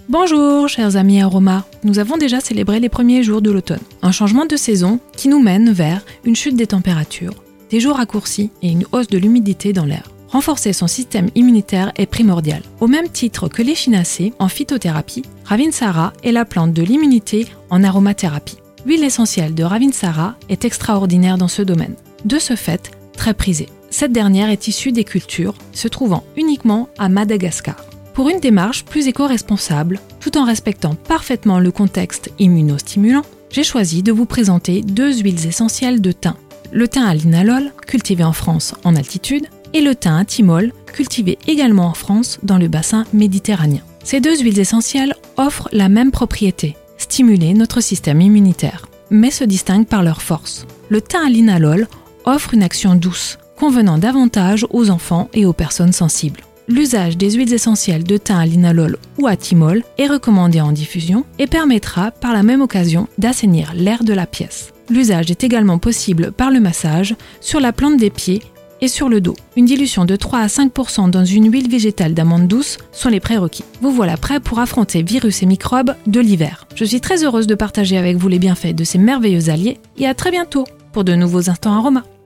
Bonjour chers amis aromas, nous avons déjà célébré les premiers jours de l'automne. Un changement de saison qui nous mène vers une chute des températures, des jours raccourcis et une hausse de l'humidité dans l'air. Renforcer son système immunitaire est primordial. Au même titre que l'échinacée en phytothérapie, Ravinsara est la plante de l'immunité en aromathérapie. L'huile essentielle de Ravinsara est extraordinaire dans ce domaine. De ce fait, très prisée. Cette dernière est issue des cultures se trouvant uniquement à Madagascar. Pour une démarche plus éco-responsable, tout en respectant parfaitement le contexte immunostimulant, j'ai choisi de vous présenter 2 huiles essentielles de thym. Le thym à linalol, cultivé en France en altitude, et le thym à thymol, cultivé également en France dans le bassin méditerranéen. Ces 2 huiles essentielles offrent la même propriété, stimuler notre système immunitaire, mais se distinguent par leur force. Le thym à linalol offre une action douce, convenant davantage aux enfants et aux personnes sensibles. L'usage des huiles essentielles de thym à linalol ou à thymol est recommandé en diffusion et permettra par la même occasion d'assainir l'air de la pièce. L'usage est également possible par le massage sur la plante des pieds et sur le dos. Une dilution de 3 à 5% dans une huile végétale d'amande douce sont les prérequis. Vous voilà prêt pour affronter virus et microbes de l'hiver. Je suis très heureuse de partager avec vous les bienfaits de ces merveilleux alliés et à très bientôt pour de nouveaux instants aromas.